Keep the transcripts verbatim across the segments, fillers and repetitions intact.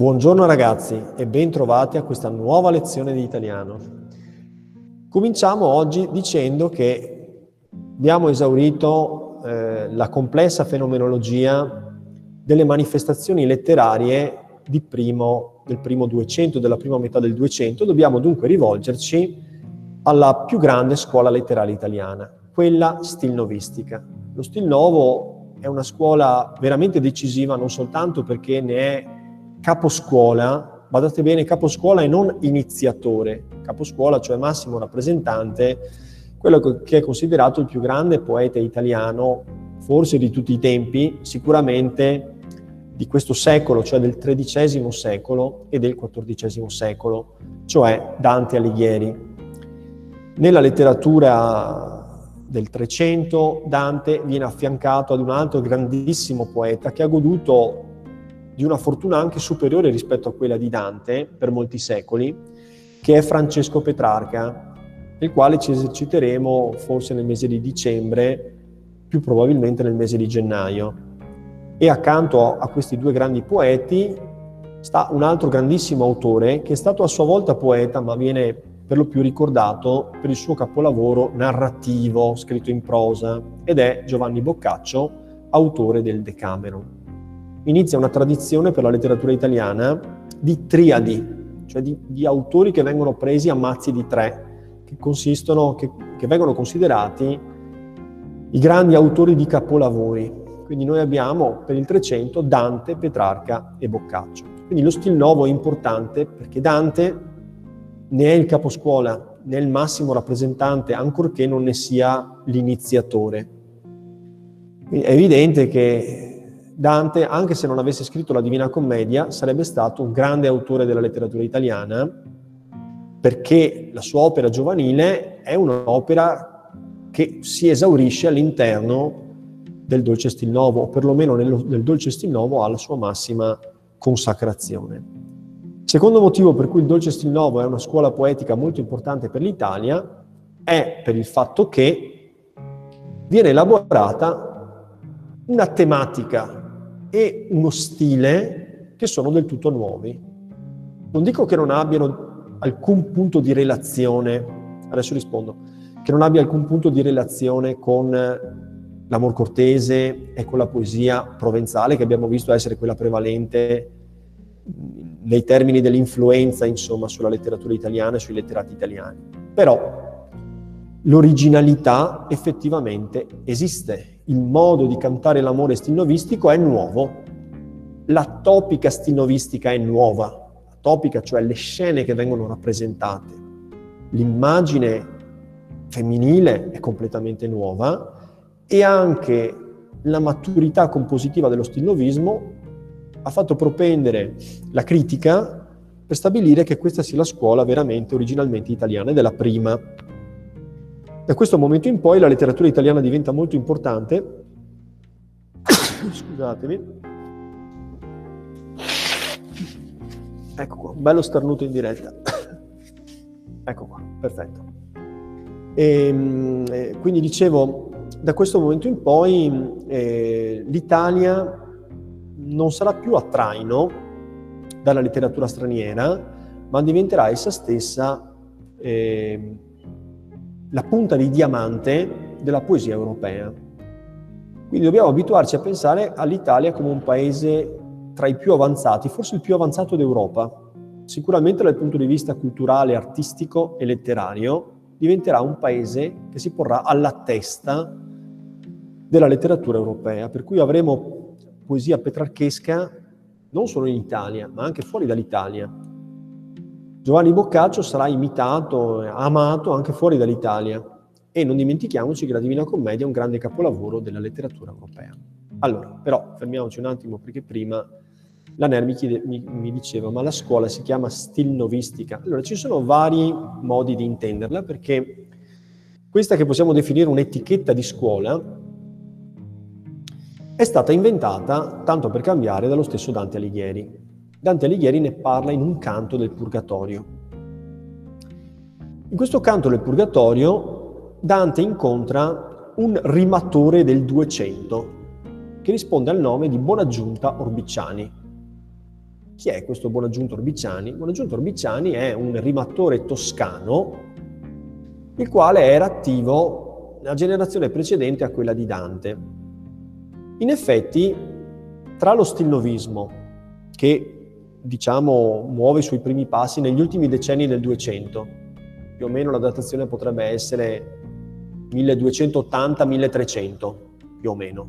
Buongiorno ragazzi e ben trovati a questa nuova lezione di italiano. Cominciamo oggi dicendo che abbiamo esaurito eh, la complessa fenomenologia delle manifestazioni letterarie di primo, del primo duecento, della prima metà del duecento. Dobbiamo dunque rivolgerci alla più grande scuola letteraria italiana, quella stilnovistica. Lo Stil Novo è una scuola veramente decisiva non soltanto perché ne è caposcuola, badate bene, caposcuola e non iniziatore, caposcuola cioè massimo rappresentante, quello che è considerato il più grande poeta italiano, forse di tutti i tempi, sicuramente di questo secolo, cioè del tredicesimo secolo e del quattordicesimo secolo, cioè Dante Alighieri. Nella letteratura del Trecento Dante viene affiancato ad un altro grandissimo poeta che ha goduto di una fortuna anche superiore rispetto a quella di Dante per molti secoli, che è Francesco Petrarca, nel quale ci eserciteremo forse nel mese di dicembre, più probabilmente nel mese di gennaio. E accanto a questi due grandi poeti sta un altro grandissimo autore che è stato a sua volta poeta, ma viene per lo più ricordato per il suo capolavoro narrativo scritto in prosa, ed è Giovanni Boccaccio, autore del Decameron. Inizia una tradizione per la letteratura italiana di triadi, cioè di, di autori che vengono presi a mazzi di tre, che consistono, che, che vengono considerati i grandi autori di capolavori. Quindi noi abbiamo per il Trecento Dante, Petrarca e Boccaccio. Quindi lo Stil Novo è importante perché Dante ne è il caposcuola, ne è il massimo rappresentante, ancorché non ne sia l'iniziatore. Quindi è evidente che Dante, anche se non avesse scritto la Divina Commedia, sarebbe stato un grande autore della letteratura italiana, perché la sua opera giovanile è un'opera che si esaurisce all'interno del Dolce Stil Novo, o perlomeno nel, nel Dolce Stil Novo ha la sua massima consacrazione. Secondo motivo per cui il Dolce Stil Novo è una scuola poetica molto importante per l'Italia è per il fatto che viene elaborata una tematica e uno stile che sono del tutto nuovi. Non dico che non abbiano alcun punto di relazione, adesso rispondo, che non abbia alcun punto di relazione con l'amor cortese e con la poesia provenzale, che abbiamo visto essere quella prevalente nei termini dell'influenza, insomma, sulla letteratura italiana e sui letterati italiani. Però l'originalità effettivamente esiste. Il modo di cantare l'amore stilnovistico è nuovo. La topica stilnovistica è nuova. La topica, cioè le scene che vengono rappresentate. L'immagine femminile è completamente nuova e anche la maturità compositiva dello stilnovismo ha fatto propendere la critica per stabilire che questa sia la scuola veramente originalmente italiana ed è la prima. Da questo momento in poi la letteratura italiana diventa molto importante. Scusatemi. Ecco qua, un bello starnuto in diretta. Ecco qua, perfetto. E, eh, quindi dicevo, da questo momento in poi eh, l'Italia non sarà più a traino dalla letteratura straniera, ma diventerà essa stessa eh, la punta di diamante della poesia europea. Quindi dobbiamo abituarci a pensare all'Italia come un paese tra i più avanzati, forse il più avanzato d'Europa. Sicuramente dal punto di vista culturale, artistico e letterario diventerà un paese che si porrà alla testa della letteratura europea, per cui avremo poesia petrarchesca non solo in Italia, ma anche fuori dall'Italia. Giovanni Boccaccio sarà imitato, amato anche fuori dall'Italia e non dimentichiamoci che la Divina Commedia è un grande capolavoro della letteratura europea. Allora, però, fermiamoci un attimo perché prima la Ner mi, chiede, mi, mi diceva ma la scuola si chiama stilnovistica. Allora, ci sono vari modi di intenderla perché questa che possiamo definire un'etichetta di scuola è stata inventata, tanto per cambiare, dallo stesso Dante Alighieri. Dante Alighieri ne parla in un canto del Purgatorio. In questo canto del Purgatorio Dante incontra un rimatore del Duecento che risponde al nome di Bonaggiunta Orbiciani. Chi è questo Buonaggiunto Orbiciani? Buonaggiunto Orbiciani è un rimattore toscano, il quale era attivo la generazione precedente a quella di Dante. In effetti, tra lo stilnovismo, che diciamo muove i suoi primi passi negli ultimi decenni del duecento, più o meno la datazione potrebbe essere milleduecentottanta milletrecento, più o meno,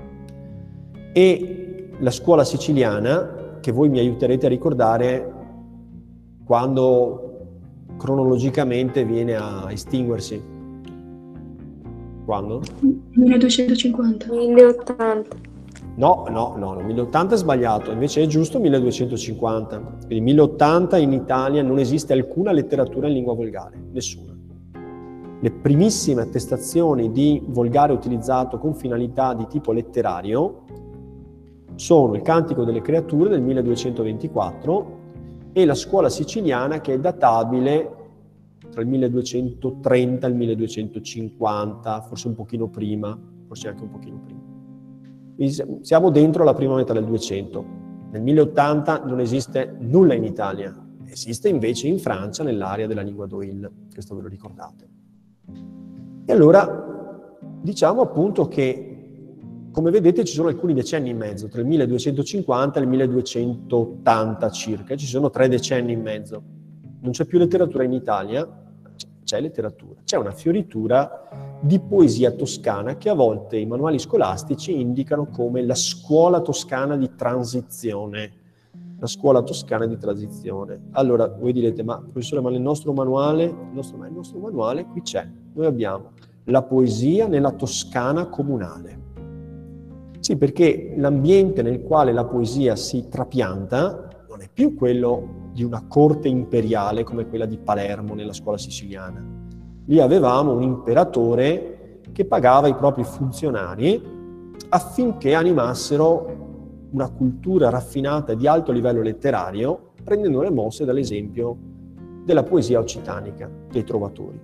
e la scuola siciliana, che voi mi aiuterete a ricordare quando cronologicamente viene a estinguersi. Quando? milleduecentocinquanta. milleottanta. No, no, no, no, milleottanta è sbagliato, invece è giusto milleduecentocinquanta. Quindi milleottanta in Italia non esiste alcuna letteratura in lingua volgare, nessuna. Le primissime attestazioni di volgare utilizzato con finalità di tipo letterario sono il Cantico delle Creature del milleduecentoventiquattro e la scuola siciliana, che è databile tra il milleduecentotrenta e il milleduecentocinquanta, forse un pochino prima, forse anche un pochino prima. Quindi siamo dentro la prima metà del duecento. Nel milleottanta non esiste nulla in Italia, esiste invece in Francia nell'area della lingua d'Oil, questo ve lo ricordate. E allora diciamo appunto che, come vedete, ci sono alcuni decenni in mezzo, tra il milleduecentocinquanta e il milleduecentottanta circa, ci sono tre decenni in mezzo. Non c'è più letteratura in Italia, c'è letteratura, c'è una fioritura di poesia toscana che a volte i manuali scolastici indicano come la scuola toscana di transizione. La scuola toscana di transizione. Allora, voi direte, ma professore, ma nel nostro manuale, il nostro, il nostro manuale qui c'è, noi abbiamo la poesia nella Toscana comunale. Sì, perché l'ambiente nel quale la poesia si trapianta non è più quello di una corte imperiale come quella di Palermo nella scuola siciliana. Lì avevamo un imperatore che pagava i propri funzionari affinché animassero una cultura raffinata di alto livello letterario, prendendo le mosse dall'esempio della poesia occitanica, dei trovatori.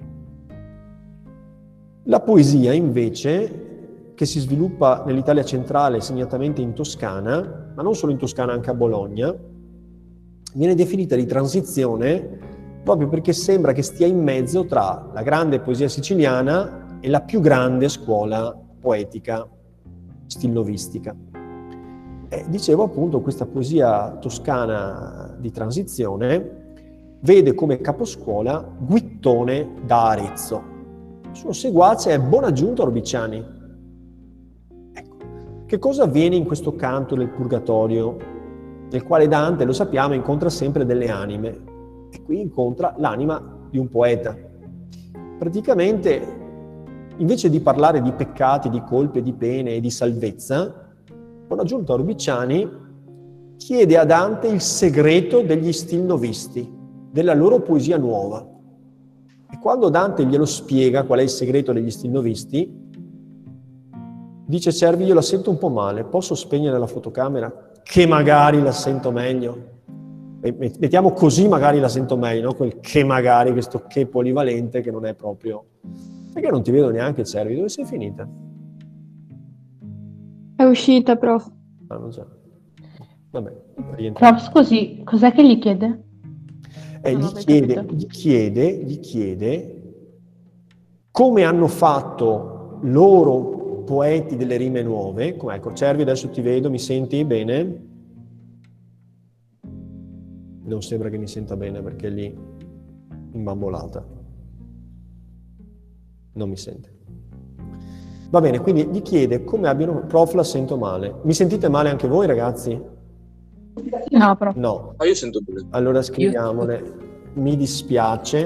La poesia, invece, che si sviluppa nell'Italia centrale, segnatamente in Toscana, ma non solo in Toscana, anche a Bologna, viene definita di transizione proprio perché sembra che stia in mezzo tra la grande poesia siciliana e la più grande scuola poetica stilnovistica. E dicevo appunto, questa poesia toscana di transizione vede come caposcuola Guittone da Arezzo. Il suo seguace è Buonaggiunto Orbiciani. Ecco, che cosa avviene in questo canto del Purgatorio, nel quale Dante, lo sappiamo, incontra sempre delle anime, e qui incontra l'anima di un poeta. Praticamente, invece di parlare di peccati, di colpe, di pene e di salvezza, Buonaggiunto Orbiciani chiede a Dante il segreto degli stilnovisti, della loro poesia nuova. E quando Dante glielo spiega qual è il segreto degli stilnovisti, dice: Cervi, io la sento un po' male, posso spegnere la fotocamera? Che magari la sento meglio. E mettiamo così, magari la sento meglio, no? Quel che magari, questo che polivalente che non è proprio... Perché non ti vedo neanche, Cervi, dove sei finita? È uscita, prof. Ah, non c'è. Vabbè, Prof, scusi, cos'è che gli chiede? Eh, Non gli, avevo chiede, capito. gli, chiede, gli chiede come hanno fatto loro poeti delle rime nuove. Come, ecco, Cervi, adesso ti vedo, mi senti bene? Non sembra che mi senta bene perché è lì imbambolata. Non mi sente. Va bene, quindi gli chiede come abbiano... Prof, la sento male. Mi sentite male anche voi, ragazzi? No, prof. No. Ah, io sento bene. Allora scriviamole. Mi dispiace.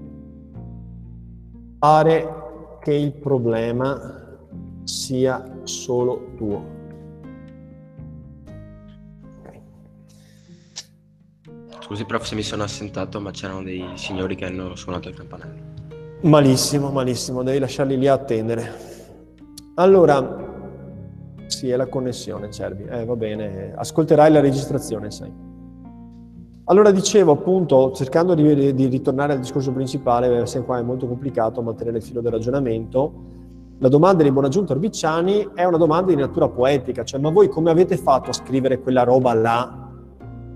Pare che il problema sia solo tuo. Okay. Scusi prof se mi sono assentato, ma c'erano dei signori che hanno suonato il campanello. Malissimo, malissimo, devi lasciarli lì a attendere. Allora, sì, è la connessione, Cervi. Eh, va bene, ascolterai la registrazione, sai. Allora, dicevo appunto, cercando di, di ritornare al discorso principale, perché qua è molto complicato mantenere il filo del ragionamento, la domanda di Buonaggiunto Orbiciani è una domanda di natura poetica, cioè, ma voi come avete fatto a scrivere quella roba là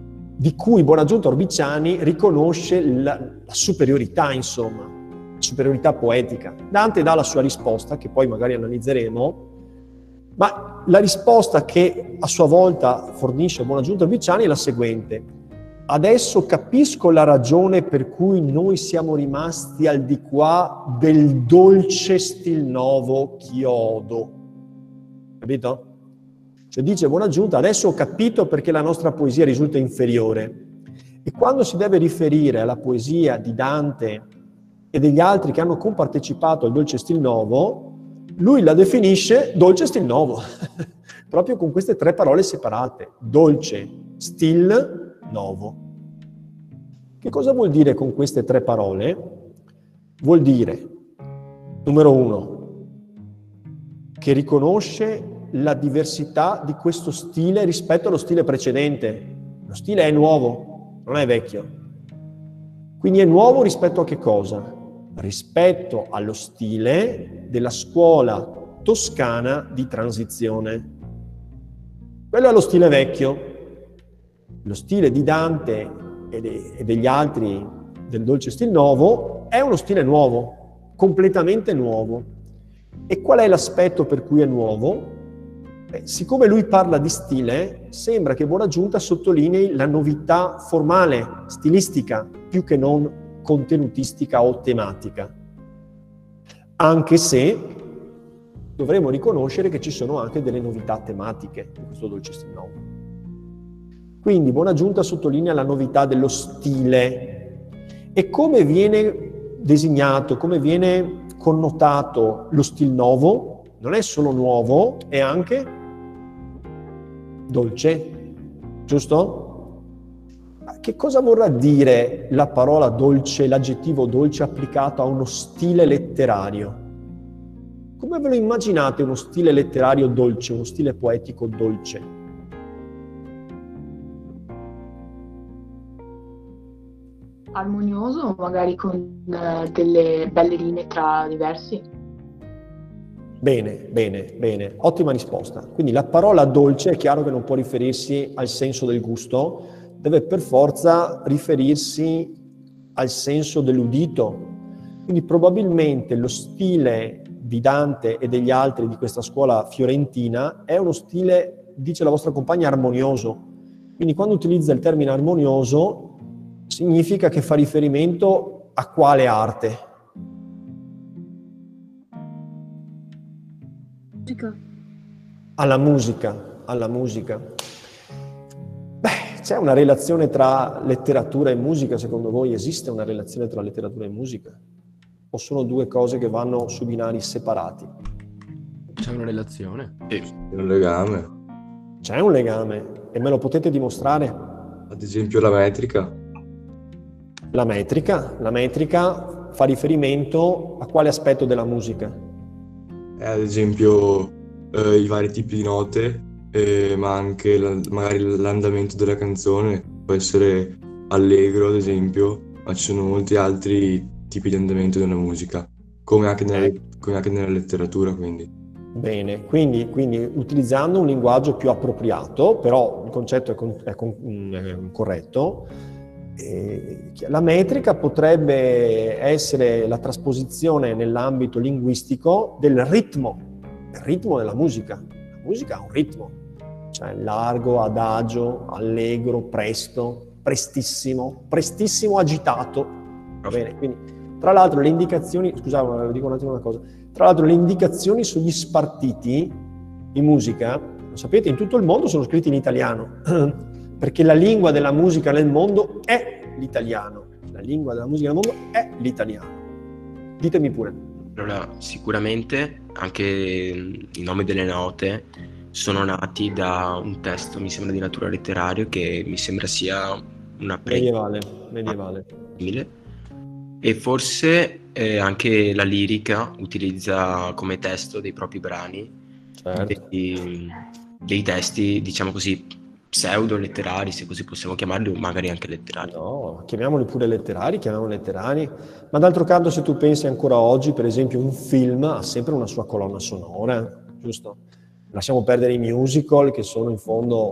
di cui Buonaggiunta Orbiciani riconosce la, la superiorità, insomma, la superiorità poetica. Dante dà la sua risposta, che poi magari analizzeremo, ma la risposta che a sua volta fornisce Buonaggiunta Orbiciani è la seguente: adesso capisco la ragione per cui noi siamo rimasti al di qua del dolce stil novo chiodo. Capito? Cioè dice Buonaggiunta, adesso ho capito perché la nostra poesia risulta inferiore. E quando si deve riferire alla poesia di Dante e degli altri che hanno compartecipato al dolce stil novo, lui la definisce dolce stil novo, proprio con queste tre parole separate, dolce stil novo. Che cosa vuol dire con queste tre parole? Vuol dire, numero uno, che riconosce la diversità di questo stile rispetto allo stile precedente. Lo stile è nuovo, non è vecchio. Quindi è nuovo rispetto a che cosa? Rispetto allo stile della scuola toscana di transizione. Quello è lo stile vecchio. Lo stile di Dante e, de- e degli altri del dolce stil novo è uno stile nuovo, completamente nuovo. E qual è l'aspetto per cui è nuovo? Beh, siccome lui parla di stile, sembra che Buonaggiunta sottolinei la novità formale, stilistica, più che non contenutistica o tematica. Anche se dovremo riconoscere che ci sono anche delle novità tematiche in questo dolce stil novo. Quindi Buonaggiunta sottolinea la novità dello stile. E come viene designato, come viene connotato lo stil novo? Non è solo nuovo, è anche dolce, giusto? Che cosa vorrà dire la parola dolce, l'aggettivo dolce applicato a uno stile letterario? Come ve lo immaginate uno stile letterario dolce, uno stile poetico dolce? Armonioso, magari con eh, delle belle rime tra diversi. Bene, bene, bene, ottima risposta. Quindi la parola dolce è chiaro che non può riferirsi al senso del gusto, deve per forza riferirsi al senso dell'udito. Quindi probabilmente lo stile di Dante e degli altri di questa scuola fiorentina è uno stile, dice la vostra compagna, armonioso. Quindi quando utilizza il termine armonioso significa che fa riferimento a quale arte? Musica. Alla musica, alla musica. Beh, c'è una relazione tra letteratura e musica, secondo voi? Esiste una relazione tra letteratura e musica? O sono due cose che vanno su binari separati? C'è una relazione? Sì. È un legame. C'è un legame e me lo potete dimostrare? Ad esempio la metrica. La metrica, la metrica fa riferimento a quale aspetto della musica? È ad esempio eh, i vari tipi di note, eh, ma anche la- magari l'andamento della canzone. Può essere allegro, ad esempio, ma ci sono molti altri tipi di andamento della musica, come anche nella, come anche nella letteratura, quindi. Bene, quindi, quindi utilizzando un linguaggio più appropriato, però il concetto è, con- è con- è corretto, eh, la metrica potrebbe essere la trasposizione nell'ambito linguistico del ritmo, il ritmo della musica. La musica ha un ritmo, cioè largo, adagio, allegro, presto, prestissimo, prestissimo agitato. Va bene, quindi tra l'altro le indicazioni, scusate, dico un attimo una cosa, tra l'altro le indicazioni sugli spartiti in musica, lo sapete, in tutto il mondo sono scritti in italiano, perché la lingua della musica nel mondo è l'italiano. La lingua della musica nel mondo è l'italiano. Ditemi pure. Allora, sicuramente anche i nomi delle note sono nati da un testo, mi sembra di natura letteraria, che mi sembra sia una pre- Medievale, medievale. simile. E forse eh, anche la lirica utilizza come testo dei propri brani Certo. dei, dei testi, diciamo così, pseudo letterari, se così possiamo chiamarli, o magari anche letterari. No, chiamiamoli pure letterari, chiamiamoli letterari, ma d'altro canto se tu pensi ancora oggi, per esempio un film ha sempre una sua colonna sonora, giusto? Lasciamo perdere i musical che sono in fondo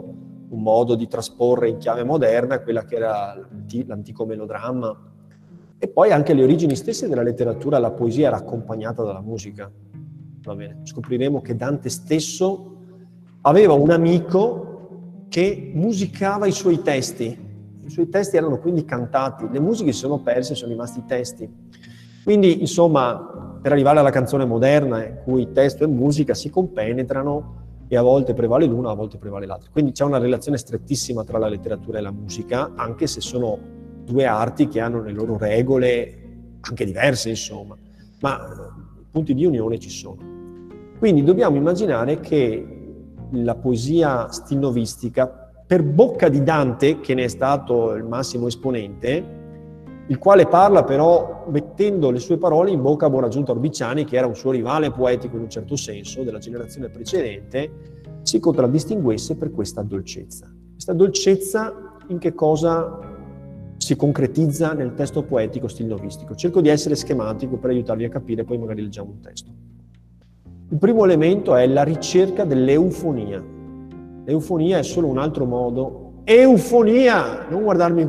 un modo di trasporre in chiave moderna quella che era l'antico melodramma. E poi anche le origini stesse della letteratura, la poesia era accompagnata dalla musica. Va bene. Scopriremo che Dante stesso aveva un amico che musicava i suoi testi. I suoi testi erano quindi cantati, le musiche si sono perse, sono rimasti i testi. Quindi, insomma, per arrivare alla canzone moderna, in cui testo e musica si compenetrano e a volte prevale l'una, a volte prevale l'altra. Quindi c'è una relazione strettissima tra la letteratura e la musica, anche se sono due arti che hanno le loro regole anche diverse, insomma, ma punti di unione ci sono. Quindi dobbiamo immaginare che la poesia stilnovistica, per bocca di Dante, che ne è stato il massimo esponente, il quale parla però mettendo le sue parole in bocca a Buonaggiunta Orbiciani, che era un suo rivale poetico in un certo senso, della generazione precedente, si contraddistinguesse per questa dolcezza. Questa dolcezza in che cosa si concretizza nel testo poetico stilnovistico? Cerco di essere schematico per aiutarvi a capire, poi magari leggiamo un testo. Il primo elemento è la ricerca dell'eufonia. L'eufonia è solo un altro modo. Eufonia! Non guardarmi...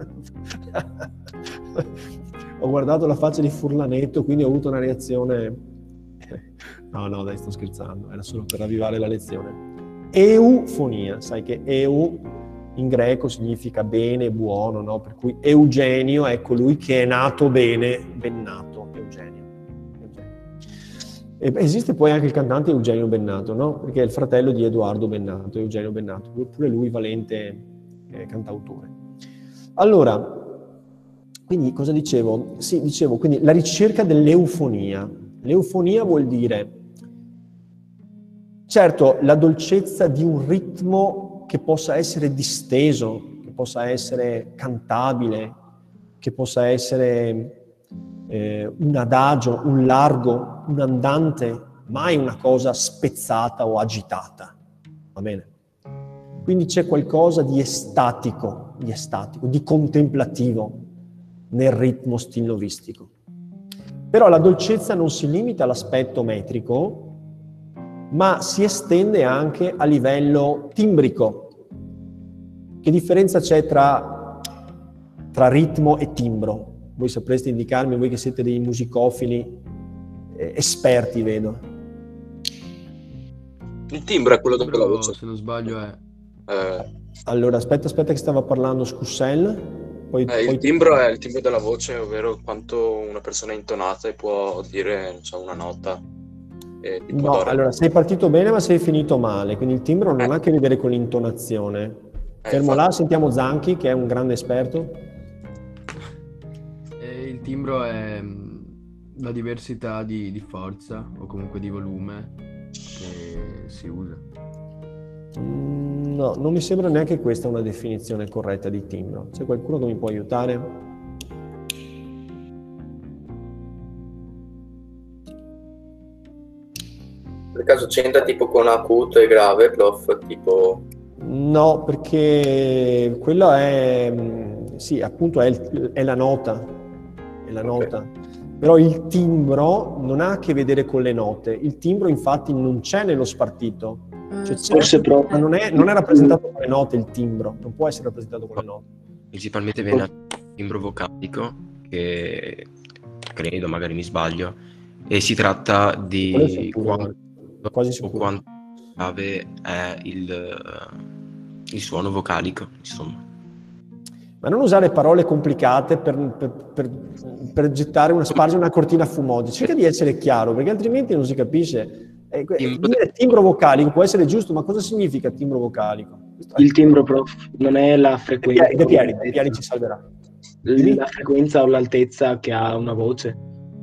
Ho guardato la faccia di Furlanetto, quindi ho avuto una reazione... No, no, dai, sto scherzando. Era solo per ravvivare la lezione. Eufonia. Sai che eu... in greco significa bene, buono, no? Per cui Eugenio è colui che è nato bene, ben nato, Eugenio. Eugenio. E esiste poi anche il cantante Eugenio Bennato, no? Perché è il fratello di Edoardo Bennato, Eugenio Bennato, pure lui valente eh, cantautore. Allora, quindi cosa dicevo? Sì, dicevo, quindi la ricerca dell'eufonia. L'eufonia vuol dire, certo, la dolcezza di un ritmo che possa essere disteso, che possa essere cantabile, che possa essere eh, un adagio, un largo, un andante, mai una cosa spezzata o agitata. Va bene? Quindi c'è qualcosa di estatico, di estatico, di contemplativo nel ritmo stilnovistico. Però la dolcezza non si limita all'aspetto metrico, ma si estende anche a livello timbrico. Che differenza c'è tra, tra ritmo e timbro? Voi sapreste indicarmi, voi che siete dei musicofili eh, esperti, vedo. Il timbro è quello dove la voce. Se non sbaglio è... Eh, allora, aspetta, aspetta che stava parlando Scussel. Poi, eh, poi... Il timbro è il timbro della voce, ovvero quanto una persona è intonata e può dire, non so, una nota. Eh, tipo No, adoro. allora sei partito bene ma sei finito male, quindi il timbro non Eh. ha a che vedere con l'intonazione. Eh, Fermo infatti. là, sentiamo Zanchi che è un grande esperto. E il timbro è mh, la diversità di, di forza o comunque di volume che si usa. Mm, no, non mi sembra neanche questa una definizione corretta di timbro. C'è qualcuno che mi può aiutare? Per caso c'entra tipo con acuto e grave, prof? Tipo... No, perché quella è, mm, sì, appunto è, il- è la nota, è la Ok. nota. Però il timbro non ha a che vedere con le note. Il timbro infatti non c'è nello spartito. Cioè, c'è, Forse però ma non è, non è rappresentato con le note il timbro, non può essere rappresentato con le note. Principalmente viene dal timbro vocalico, che credo, magari mi sbaglio, e si tratta Quello è di sicuro, quanto, quasi o sicuro. quanto grave è il, il suono vocalico, insomma. Ma non usare parole complicate per, per, per, per gettare una, spargere una cortina fumosa. Cerca di essere chiaro, perché altrimenti non si capisce. Eh, que- Timbro- dire timbro vocalico può essere giusto, ma cosa significa timbro vocalico? Questo è- il timbro, prof, non è la De frequenza, Pieri, De Pieri, o De Pieri ci salverà. l'altezza, la frequenza o l'altezza che ha una voce.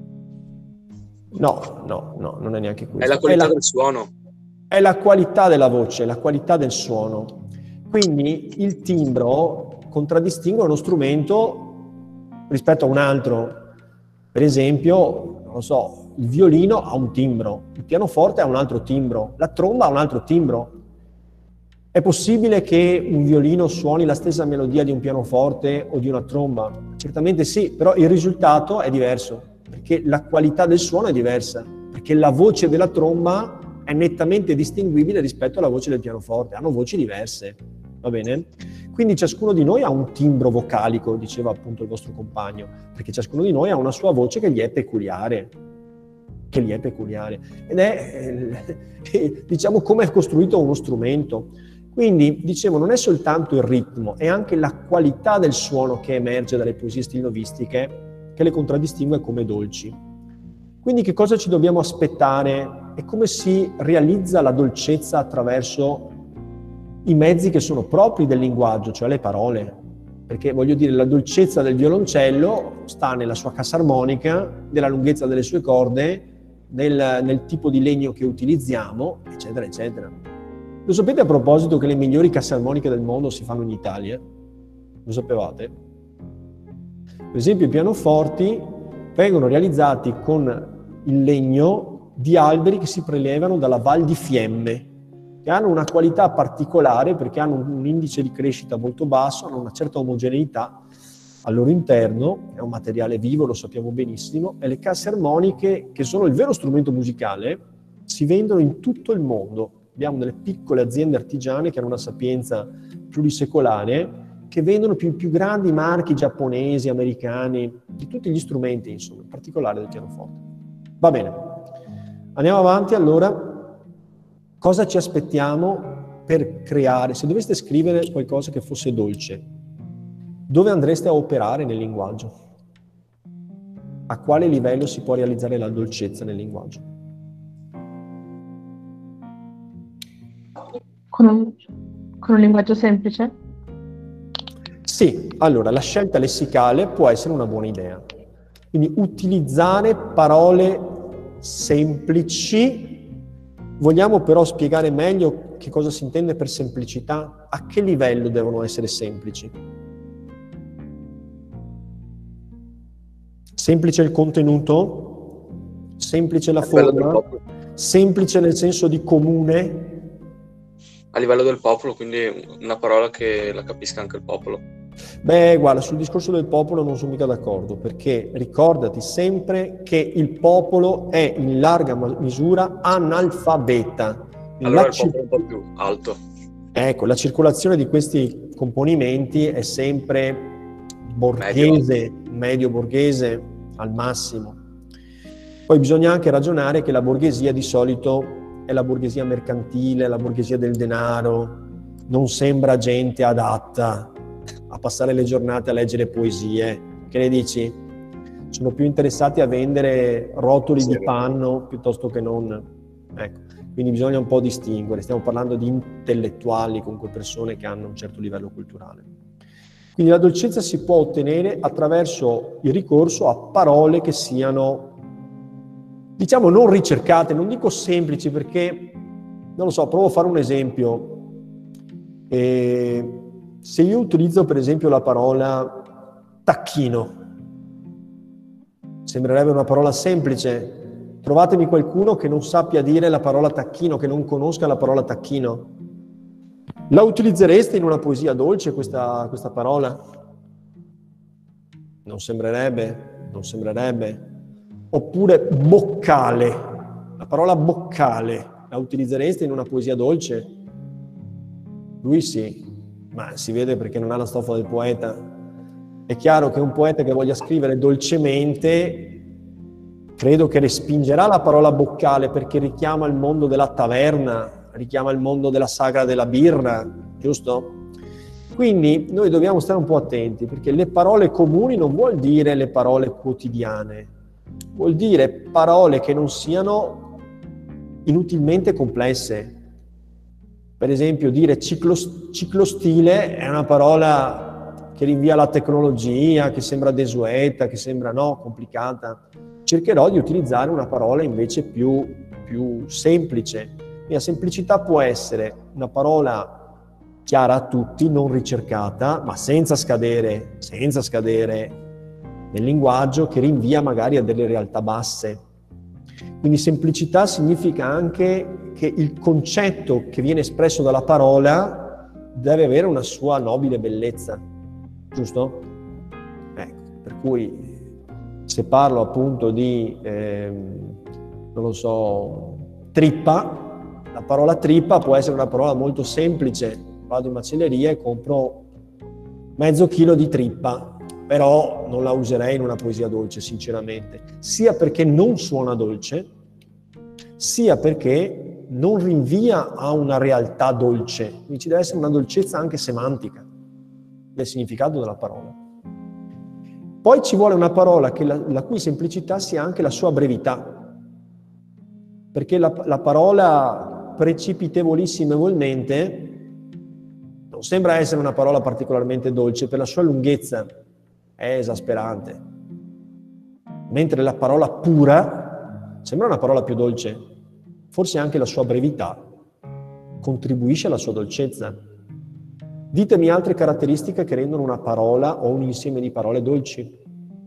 No, no, no, non è neanche questo. È la qualità È la- del suono. È la qualità della voce, la qualità del suono. Quindi il timbro contraddistingue uno strumento rispetto a un altro. Per esempio, non lo so, il violino ha un timbro, il pianoforte ha un altro timbro, la tromba ha un altro timbro. È possibile che un violino suoni la stessa melodia di un pianoforte o di una tromba? Certamente sì, però il risultato è diverso, perché la qualità del suono è diversa, perché la voce della tromba è nettamente distinguibile rispetto alla voce del pianoforte, hanno voci diverse. va bene? Quindi ciascuno di noi ha un timbro vocalico, diceva appunto il vostro compagno, perché ciascuno di noi ha una sua voce che gli è peculiare, che gli è peculiare, ed è, eh, diciamo, come è costruito uno strumento. Quindi, dicevo, non è soltanto il ritmo, è anche la qualità del suono che emerge dalle poesie stilnovistiche che le contraddistingue come dolci. Quindi che cosa ci dobbiamo aspettare e come si realizza la dolcezza attraverso i mezzi che sono propri del linguaggio, cioè le parole. Perché, voglio dire, la dolcezza del violoncello sta nella sua cassa armonica, nella lunghezza delle sue corde, nel, nel tipo di legno che utilizziamo, eccetera, eccetera. Lo sapete a proposito che le migliori casse armoniche del mondo si fanno in Italia? Lo sapevate? Per esempio i pianoforti vengono realizzati con il legno di alberi che si prelevano dalla Val di Fiemme, che hanno una qualità particolare perché hanno un indice di crescita molto basso, hanno una certa omogeneità al loro interno, è un materiale vivo, lo sappiamo benissimo, e le casse armoniche, che sono il vero strumento musicale, si vendono in tutto il mondo. Abbiamo delle piccole aziende artigiane che hanno una sapienza plurisecolare, che vendono più, più grandi marchi giapponesi, americani, di tutti gli strumenti, insomma, in particolare del pianoforte. Va bene, andiamo avanti allora. Cosa ci aspettiamo per creare? Se doveste scrivere qualcosa che fosse dolce, dove andreste a operare nel linguaggio? A quale livello si può realizzare la dolcezza nel linguaggio? Con un, con un linguaggio semplice? Sì, allora la scelta lessicale può essere una buona idea. Quindi utilizzare parole semplici. Vogliamo però spiegare meglio che cosa si intende per semplicità? A che livello devono essere semplici? Semplice il contenuto? Semplice la forma? Semplice nel senso di comune? A livello del popolo, quindi una parola che la capisca anche il popolo. Beh, guarda, sul discorso del popolo non sono mica d'accordo, perché ricordati sempre che il popolo è in larga misura analfabeta. Allora la il cir- popolo è un po' più alto. Ecco, la circolazione di questi componimenti è sempre borghese, medio, medio borghese al massimo. Poi bisogna anche ragionare che la borghesia di solito è la borghesia mercantile, la borghesia del denaro, non sembra gente adatta a passare le giornate a leggere poesie. Che ne dici? Sono più interessati a vendere rotoli sì, di panno piuttosto che non... Ecco, quindi bisogna un po' distinguere. Stiamo parlando di intellettuali, comunque persone che hanno un certo livello culturale. Quindi la dolcezza si può ottenere attraverso il ricorso a parole che siano, diciamo, non ricercate, non dico semplici, perché, non lo so, provo a fare un esempio. E se io utilizzo per esempio la parola tacchino, sembrerebbe una parola semplice. Trovatemi qualcuno che non sappia dire la parola tacchino, che non conosca la parola tacchino. La utilizzereste in una poesia dolce questa, questa parola? Non sembrerebbe, non sembrerebbe. Oppure boccale, la parola boccale, la utilizzereste in una poesia dolce? Lui sì, ma si vede perché non ha la stoffa del poeta. È chiaro che un poeta che voglia scrivere dolcemente, credo che respingerà la parola boccale perché richiama il mondo della taverna, richiama il mondo della sagra della birra, giusto? Quindi noi dobbiamo stare un po' attenti, perché le parole comuni non vuol dire le parole quotidiane, vuol dire parole che non siano inutilmente complesse. Per esempio, dire ciclo, ciclostile è una parola che rinvia alla tecnologia, che sembra desueta, che sembra no, complicata. Cercherò di utilizzare una parola invece più, più semplice. Quindi la semplicità può essere una parola chiara a tutti, non ricercata, ma senza scadere, senza scadere nel linguaggio, che rinvia magari a delle realtà basse. Quindi semplicità significa anche che il concetto che viene espresso dalla parola deve avere una sua nobile bellezza, giusto? Ecco, per cui se parlo appunto di, eh, non lo so, trippa, la parola trippa può essere una parola molto semplice, vado in macelleria e compro mezzo chilo di trippa, però non la userei in una poesia dolce, sinceramente, sia perché non suona dolce, sia perché non rinvia a una realtà dolce, quindi ci deve essere una dolcezza anche semantica del significato della parola. Poi ci vuole una parola che la, la cui semplicità sia anche la sua brevità, perché la, la parola precipitevolissimevolmente non sembra essere una parola particolarmente dolce, per la sua lunghezza è esasperante, mentre la parola pura sembra una parola più dolce, forse anche la sua brevità contribuisce alla sua dolcezza. Ditemi altre caratteristiche che rendono una parola o un insieme di parole dolci.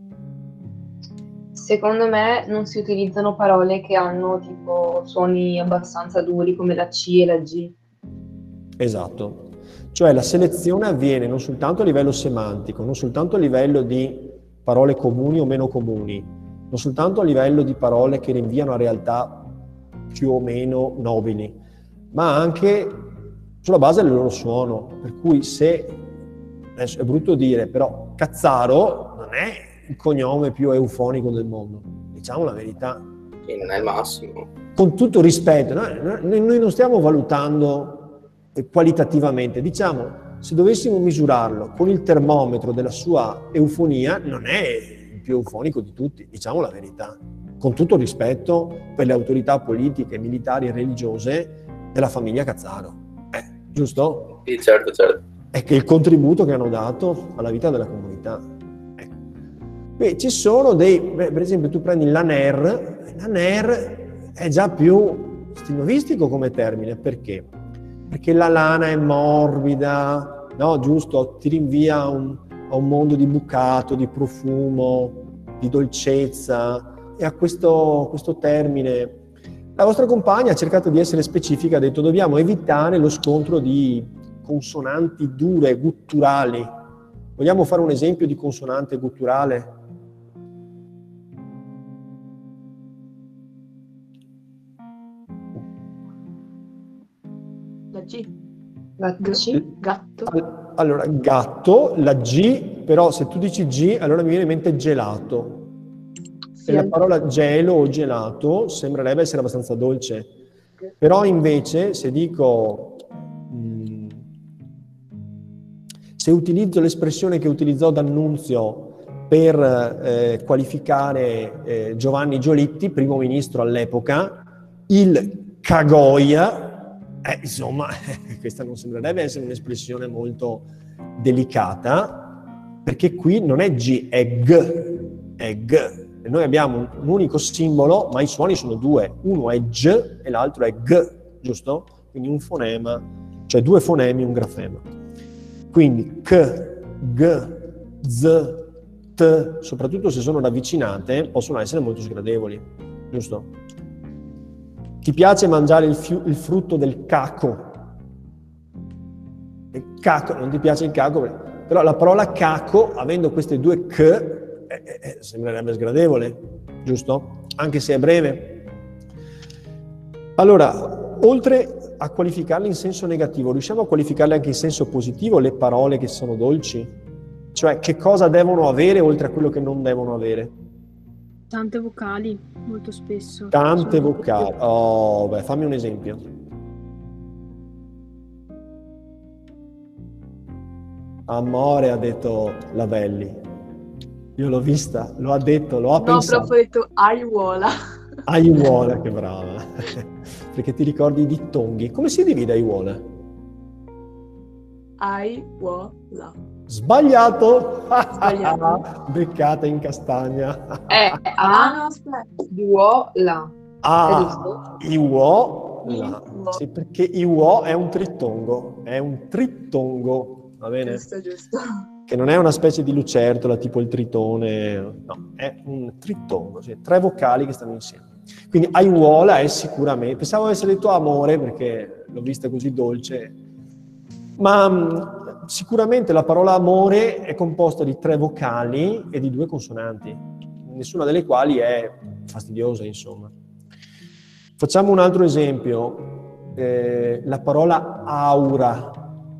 Secondo me non si utilizzano parole che hanno tipo suoni abbastanza duri come la C e la G. Esatto. Cioè la selezione avviene non soltanto a livello semantico, non soltanto a livello di parole comuni o meno comuni, non soltanto a livello di parole che rinviano a realtà più o meno nobili, ma anche sulla base del loro suono. Per cui se, adesso è brutto dire, però Cazzaro non è il cognome più eufonico del mondo, diciamo la verità. Che non è il massimo. Con tutto rispetto, noi, noi non stiamo valutando qualitativamente, diciamo, se dovessimo misurarlo con il termometro della sua eufonia, non è il più eufonico di tutti, diciamo la verità, con tutto rispetto per le autorità politiche, militari e religiose della famiglia Cazzaro, eh, giusto? Sì, certo, certo. È che il contributo che hanno dato alla vita della comunità. Ecco. Beh, ci sono dei, beh, per esempio tu prendi l'A N E R, l'A N E R è già più stinovistico come termine, perché? Perché la lana è morbida, no, giusto? Ti rinvia a un, a un mondo di bucato, di profumo, di dolcezza, e a questo, questo termine. La vostra compagna ha cercato di essere specifica, ha detto dobbiamo evitare lo scontro di consonanti dure, gutturali. Vogliamo fare un esempio di consonante gutturale? La G. La G. Gatto. Allora, gatto, la G, però se tu dici G, allora mi viene in mente gelato. Sì, E la parola gelo o gelato sembrerebbe essere abbastanza dolce. Però invece, se dico... Mh, se utilizzo l'espressione che utilizzò D'Annunzio per eh, qualificare eh, Giovanni Giolitti, primo ministro all'epoca, il cagoia, Eh, insomma, questa non sembrerebbe essere un'espressione molto delicata, perché qui non è G, è G, è G. E noi abbiamo un, un unico simbolo, ma i suoni sono due. Uno è G e l'altro è G, giusto? Quindi un fonema, cioè due fonemi, un grafema. Quindi K, G, Z, T, soprattutto se sono ravvicinate, possono essere molto sgradevoli, giusto? Ti piace mangiare il, fiu- il frutto del caco? Il caco, non ti piace il caco? Però la parola caco, avendo queste due K, eh, eh, sembrerebbe sgradevole, giusto? Anche se è breve. Allora, oltre a qualificarle in senso negativo, riusciamo a qualificarle anche in senso positivo le parole che sono dolci? Cioè, che cosa devono avere oltre a quello che non devono avere? Tante vocali, molto spesso. Tante Sono vocali. Oh, beh, fammi un esempio. Amore, ha detto Lavelli. Io l'ho vista, lo ha detto, lo ha No, pensato. proprio ho detto aiuola. Aiuola, che brava. Perché ti ricordi i dittonghi. Come si divide aiuola? Aiuola. Sbagliato! Sbagliato. Beccata in castagna. È Ah, no, A, aspetta. duo, la. È Ah, giusto? iuo, la. Iuo. Sì, perché iuo è un trittongo, è un trittongo, va bene? Giusto, giusto. Che non è una specie di lucertola tipo il tritone, no, è un trittongo, cioè tre vocali che stanno insieme. Quindi aiuola è sicuramente, pensavo avesse detto amore perché l'ho vista così dolce, ma mh, sicuramente la parola amore è composta di tre vocali e di due consonanti, nessuna delle quali è fastidiosa, insomma. Facciamo un altro esempio, eh, la parola aura.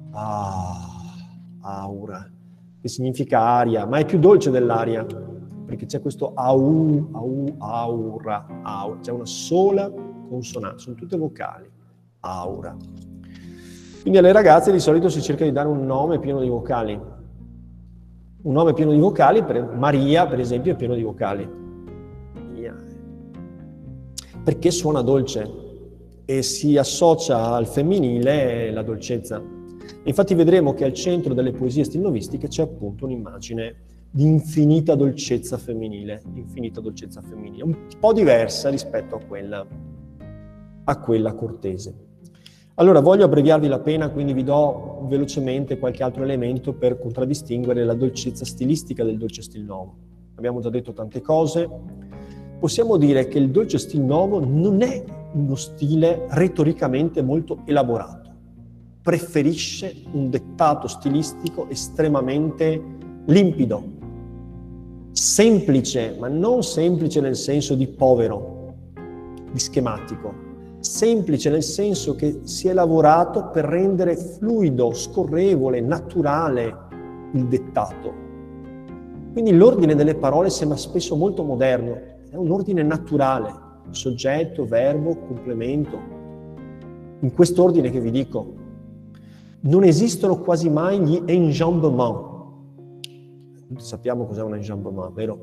Ah, aura, che significa aria, ma è più dolce dell'aria, perché c'è questo au, au, aura, aura, c'è una sola consonante, sono tutte vocali, aura. Quindi alle ragazze di solito si cerca di dare un nome pieno di vocali. Un nome pieno di vocali, per Maria, per esempio, è pieno di vocali. Maria. Perché suona dolce e si associa al femminile la dolcezza. Infatti vedremo che al centro delle poesie stilnovistiche c'è appunto un'immagine di infinita dolcezza femminile, infinita dolcezza femminile, un po' diversa rispetto a quella, a quella cortese. Allora, voglio abbreviarvi la pena, quindi vi do velocemente qualche altro elemento per contraddistinguere la dolcezza stilistica del dolce stil nuovo. Abbiamo già detto tante cose. Possiamo dire che il dolce stil nuovo non è uno stile retoricamente molto elaborato. Preferisce un dettato stilistico estremamente limpido, semplice, ma non semplice nel senso di povero, di schematico. Semplice nel senso che si è lavorato per rendere fluido, scorrevole, naturale il dettato. Quindi l'ordine delle parole sembra spesso molto moderno, è un ordine naturale, soggetto, verbo, complemento. In quest'ordine che vi dico, non esistono quasi mai gli enjambements. Tutti sappiamo cos'è un enjambement, vero?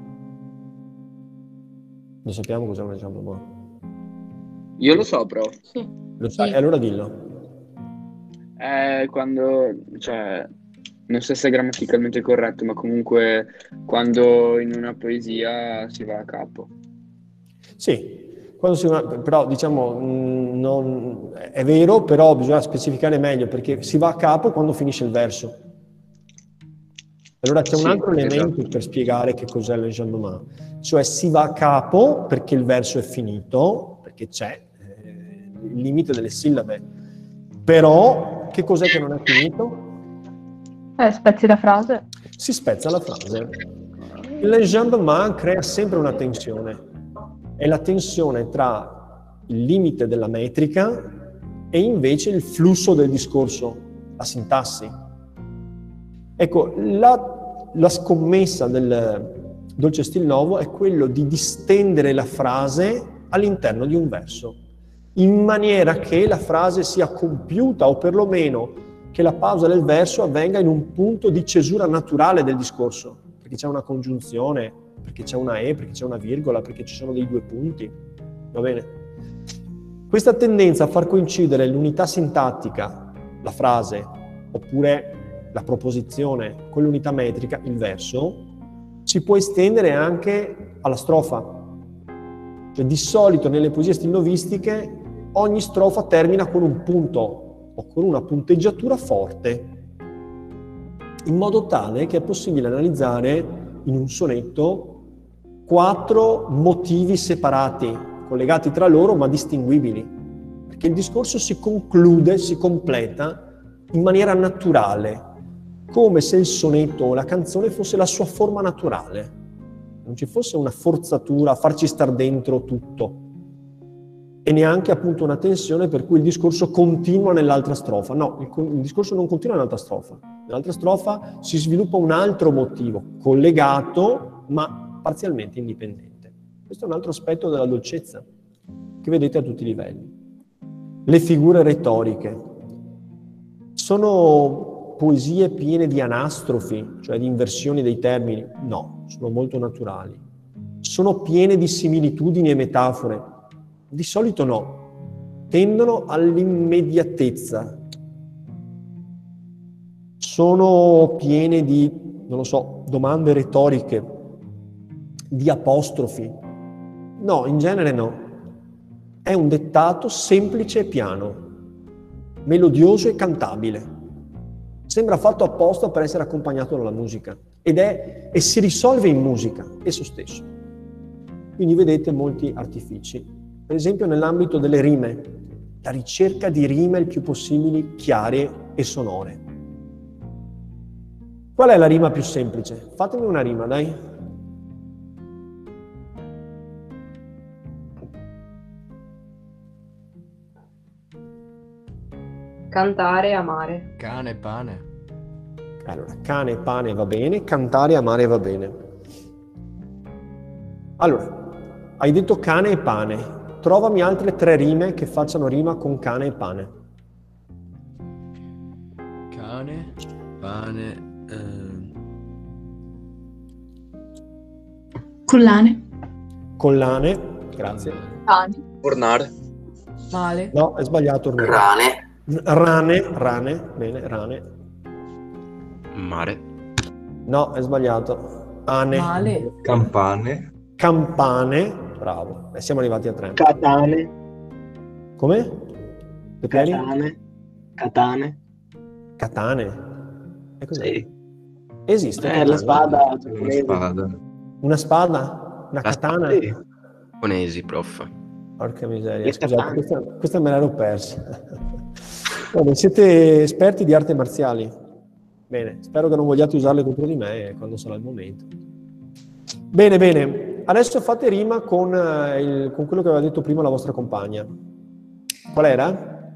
Lo sappiamo cos'è un enjambement? Io lo so, però. Sì. Lo sai? Sì. Allora dillo. È quando, cioè, non so se è grammaticalmente corretto, ma comunque quando in una poesia si va a capo. Sì, quando si, però diciamo, mh, non, è vero, però bisogna specificare meglio, perché si va a capo quando finisce il verso. Allora c'è un Sì, altro elemento esatto. per spiegare che cos'è l'enjambement, cioè si va a capo perché il verso è finito, perché c'è eh, il limite delle sillabe, però che cos'è che non è finito? Eh, spezzi la frase. Si spezza la frase. L'enjambement crea sempre una tensione, è la tensione tra il limite della metrica e invece il flusso del discorso, la sintassi. Ecco, la, la scommessa del dolce stil nuovo è quello di distendere la frase all'interno di un verso, in maniera che la frase sia compiuta o perlomeno che la pausa del verso avvenga in un punto di cesura naturale del discorso, perché c'è una congiunzione, perché c'è una e, perché c'è una virgola, perché ci sono dei due punti, va bene? Questa tendenza a far coincidere l'unità sintattica, la frase, oppure la proposizione con l'unità metrica, il verso, si può estendere anche alla strofa. Cioè, di solito nelle poesie stilnovistiche ogni strofa termina con un punto o con una punteggiatura forte, in modo tale che è possibile analizzare in un sonetto quattro motivi separati, collegati tra loro ma distinguibili, perché il discorso si conclude, si completa in maniera naturale, come se il sonetto o la canzone fosse la sua forma naturale, non ci fosse una forzatura a farci star dentro tutto e neanche appunto una tensione per cui il discorso continua nell'altra strofa. No, il, il discorso non continua nell'altra strofa. Nell'altra strofa si sviluppa un altro motivo, collegato ma parzialmente indipendente. Questo è un altro aspetto della dolcezza che vedete a tutti i livelli. Le figure retoriche sono poesie piene di anastrofi, cioè di inversioni dei termini? No, sono molto naturali. Sono piene di similitudini e metafore? Di solito no. Tendono all'immediatezza. Sono piene di, non lo so, domande retoriche, di apostrofi? No, in genere no. È un dettato semplice e piano, melodioso e cantabile. Sembra fatto apposta per essere accompagnato dalla musica ed è, e si risolve in musica esso stesso. Quindi vedete molti artifici. Per esempio nell'ambito delle rime, la ricerca di rime il più possibili chiare e sonore. Qual è la rima più semplice? Fatemi una rima, dai. cantare, amare. Cane, pane. Allora, cane e pane va bene, cantare e amare va bene. Allora, hai detto cane e pane. Trovami altre tre rime che facciano rima con cane e pane. Cane, pane, eh, Collane. Collane, grazie. Cani. Tornare. Male. No, è sbagliato. ormai. Rane. Rane, rane, bene, rane. Mare. No, è sbagliato. Ane. Male. Campane. Campane, bravo. E siamo arrivati a tre. Catane. Come? Che piani? Catane. Catane. Catane. E cos'è? Sì. Esiste? Eh, Catane? la spada Una giapponese. spada. Una spada? Una katana? Sì. Giapponesi, prof. Porca miseria, Che scusate, katana? questa, questa me l'ero persa. Vabbè, siete esperti di arti marziali? Bene, spero che non vogliate usarle contro di me quando sarà il momento. Bene, bene. Adesso fate rima con, eh, il- con quello che aveva detto prima la vostra compagna. Qual era?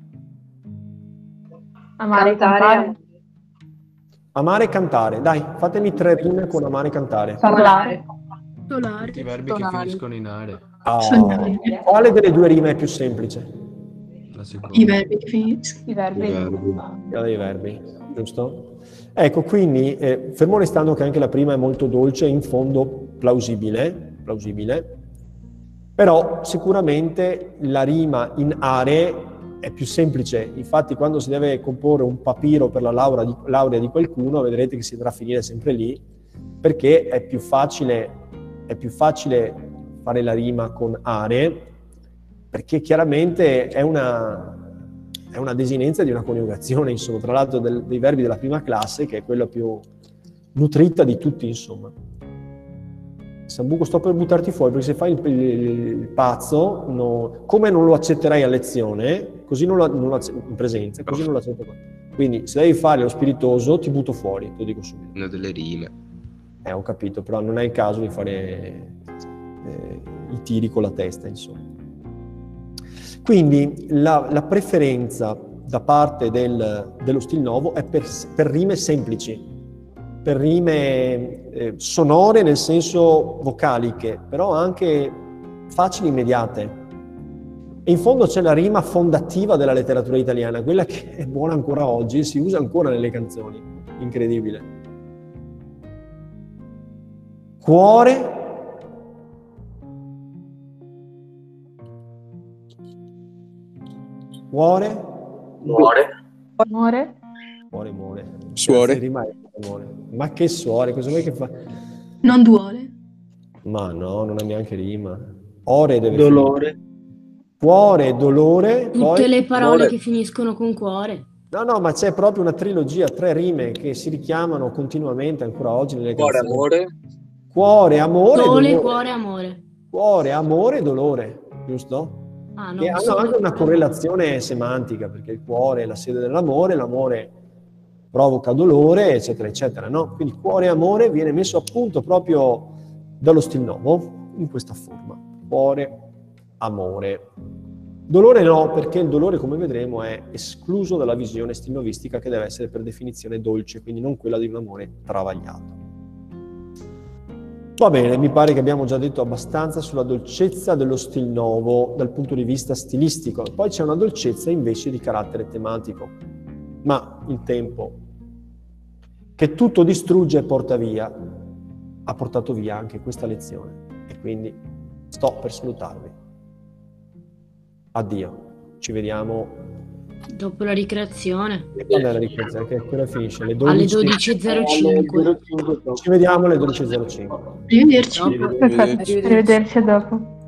Amare, cantare, Amare e cantare. Dai, fatemi tre rime con amare e cantare. parlare. Solare. tutti i verbi che Tonali. finiscono in are. Ah, Sognare. quale delle due rime è più semplice? La seconda. I verbi che finiscono. I verbi. I verbi. Quella dei verbi, giusto? Ecco, quindi, eh, fermo restando che anche la prima è molto dolce, in fondo plausibile, plausibile, però sicuramente la rima in are è più semplice. Infatti quando si deve comporre un papiro per la laurea di, laurea di qualcuno, vedrete che si andrà a finire sempre lì, perché è più facile, è più facile fare la rima con are, perché chiaramente è una, è una desinenza di una coniugazione, insomma, tra l'altro del- dei verbi della prima classe, che è quella più nutrita di tutti, insomma. Sambuco, sto per buttarti fuori, perché se fai il, il- il pazzo, no- come non lo accetterai a lezione, così non lo, non lo acce- in presenza, così non lo accetto qua. Quindi se devi fare lo spiritoso, ti butto fuori, te lo dico subito. Una delle rime. Eh, ho capito, però non è il caso di fare eh, i tiri con la testa, insomma. Quindi la, la preferenza da parte del- dello stil nuovo è per, per rime semplici, per rime eh, sonore nel senso vocaliche, però anche facili, immediate. E in fondo c'è la rima fondativa della letteratura italiana, quella che è buona ancora oggi e si usa ancora nelle canzoni. Incredibile. Cuore, cuore, Muore. Amore. muore, muore. Suore. Grazie, rima è muore. Ma che suore, cosa vuoi che fa? Non duole. Ma no, non è neanche rima. Ore deve Dolore. finire. Cuore, dolore, Tutte poi... le parole Cuore. che finiscono con cuore. No, no, ma c'è proprio una trilogia, tre rime che si richiamano continuamente ancora oggi nelle Cuore, canzoni. amore. Cuore, amore, Sole, dolore. cuore, amore. Cuore, amore e dolore, giusto? Ah, no, Che hanno sole, anche una cuore. correlazione semantica, perché il cuore è la sede dell'amore, l'amore provoca dolore, eccetera, eccetera, no? Quindi cuore e amore viene messo a punto proprio dallo stil nuovo, in questa forma. Cuore, amore. Dolore no, perché il dolore, come vedremo, è escluso dalla visione stilnovistica che deve essere per definizione dolce, quindi non quella di un amore travagliato. Va bene, mi pare che abbiamo già detto abbastanza sulla dolcezza dello stil nuovo dal punto di vista stilistico. Poi c'è una dolcezza invece di carattere tematico. Ma il tempo, che tutto distrugge e porta via, ha portato via anche questa lezione. E quindi sto per salutarvi. Addio, ci vediamo. Dopo la ricreazione. Quando è la ricreazione? Che quella finisce? Alle Alle dodici. dodici e zero cinque. Ci vediamo alle dodici e zero cinque. Arrivederci. Arrivederci a dopo.